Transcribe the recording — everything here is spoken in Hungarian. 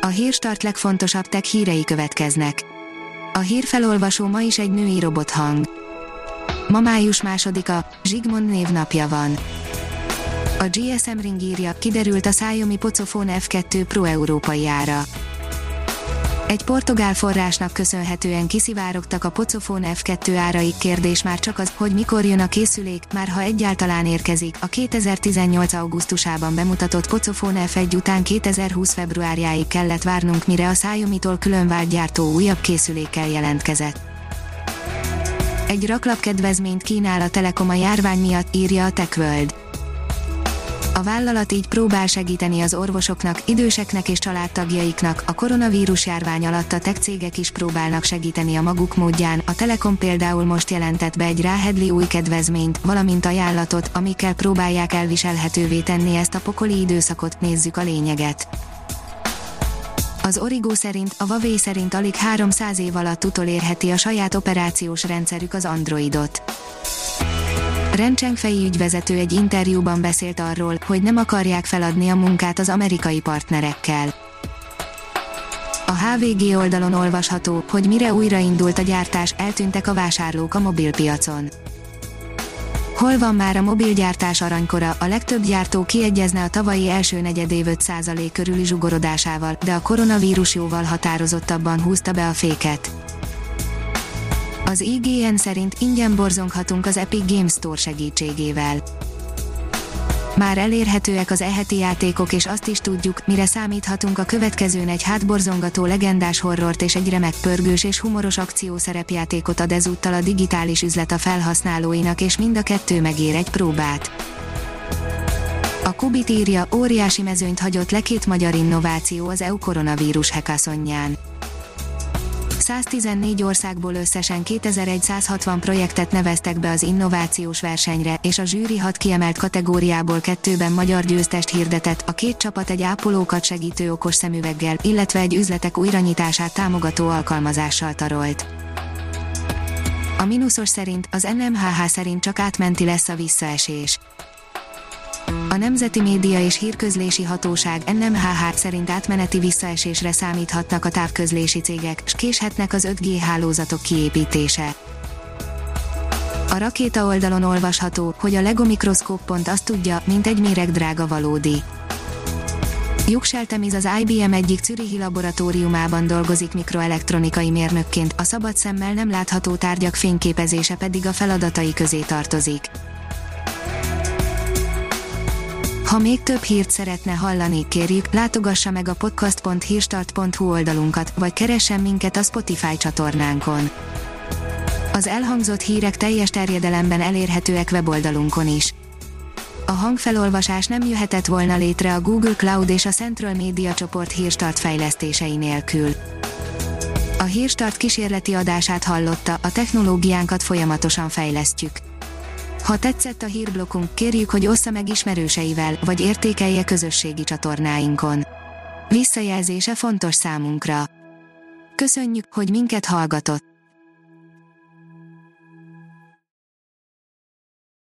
A Hírstart legfontosabb tech hírei következnek. A hírfelolvasó ma is egy női robothang. Ma május 2-a, Zsigmond névnapja van. A GSM Ring írja, kiderült a Xiaomi Pocophone F2 Pro európai ára. Egy portugál forrásnak köszönhetően kiszivárogtak a Pocophone F2 árai, kérdés már csak az, hogy mikor jön a készülék, már ha egyáltalán érkezik. A 2018. augusztusában bemutatott Pocophone F1 után 2020. februárjáig kellett várnunk, mire a Xiaomi-tól különvált gyártó újabb készülékkel jelentkezett. Egy raklapkedvezményt kínál a Telekom a járvány miatt, írja a TechWorld. A vállalat így próbál segíteni az orvosoknak, időseknek és családtagjaiknak. A koronavírus járvány alatt a tech cégek is próbálnak segíteni a maguk módján. A Telekom például most jelentett be egy ráhedli új kedvezményt, valamint ajánlatot, amikkel próbálják elviselhetővé tenni ezt a pokoli időszakot. Nézzük a lényeget. Az Origo szerint, a Huawei szerint alig 300 év alatt utolérheti a saját operációs rendszerük az Androidot. Ren Chengfei ügyvezető egy interjúban beszélt arról, hogy nem akarják feladni a munkát az amerikai partnerekkel. A HVG oldalon olvasható, hogy mire újraindult a gyártás, eltűntek a vásárlók a mobilpiacon. Hol van már a mobilgyártás aranykora? A legtöbb gyártó kiegyezne a tavalyi első negyedév 5% körüli zsugorodásával, de a koronavírus jóval határozottabban húzta be a féket. Az IGN szerint ingyen borzonghatunk az Epic Games Store segítségével. Már elérhetőek az e-heti játékok, és azt is tudjuk, mire számíthatunk a következőn: egy hátborzongató legendás horrort és egy remek pörgős és humoros akciószerepjátékot ad ezúttal a digitális üzlet a felhasználóinak, és mind a kettő megér egy próbát. A Kubit írja, óriási mezőnyt hagyott le 2 magyar innováció az EU koronavírus hackathonján. 114 országból összesen 2160 projektet neveztek be az innovációs versenyre, és a zsűri 6 kiemelt kategóriából 2-ben magyar győztest hirdetett. A 2 csapat egy ápolókat segítő okos szemüveggel, illetve egy üzletek újranyitását támogató alkalmazással tarolt. A Minusos szerint, az NMHH szerint csak átmenti lesz a visszaesés. A Nemzeti Média és Hírközlési Hatóság NMHH szerint átmeneti visszaesésre számíthatnak a távközlési cégek, s késhetnek az 5G hálózatok kiépítése. A Rakéta oldalon olvasható, hogy a Lego mikroszkóp pont azt tudja, mint egy méregdrága valódi. Yüksel Temiz az IBM egyik zürichi laboratóriumában dolgozik mikroelektronikai mérnökként, a szabad szemmel nem látható tárgyak fényképezése pedig a feladatai közé tartozik. Ha még több hírt szeretne hallani, kérjük, látogassa meg a podcast.hírstart.hu oldalunkat, vagy keressen minket a Spotify csatornánkon. Az elhangzott hírek teljes terjedelemben elérhetőek weboldalunkon is. A hangfelolvasás nem jöhetett volna létre a Google Cloud és a Central Media csoport Hírstart fejlesztései nélkül. A Hírstart kísérleti adását hallotta, a technológiánkat folyamatosan fejlesztjük. Ha tetszett a hírblokkunk, kérjük, hogy ossza meg ismerőseivel, vagy értékelje közösségi csatornáinkon. Visszajelzése fontos számunkra. Köszönjük, hogy minket hallgatott!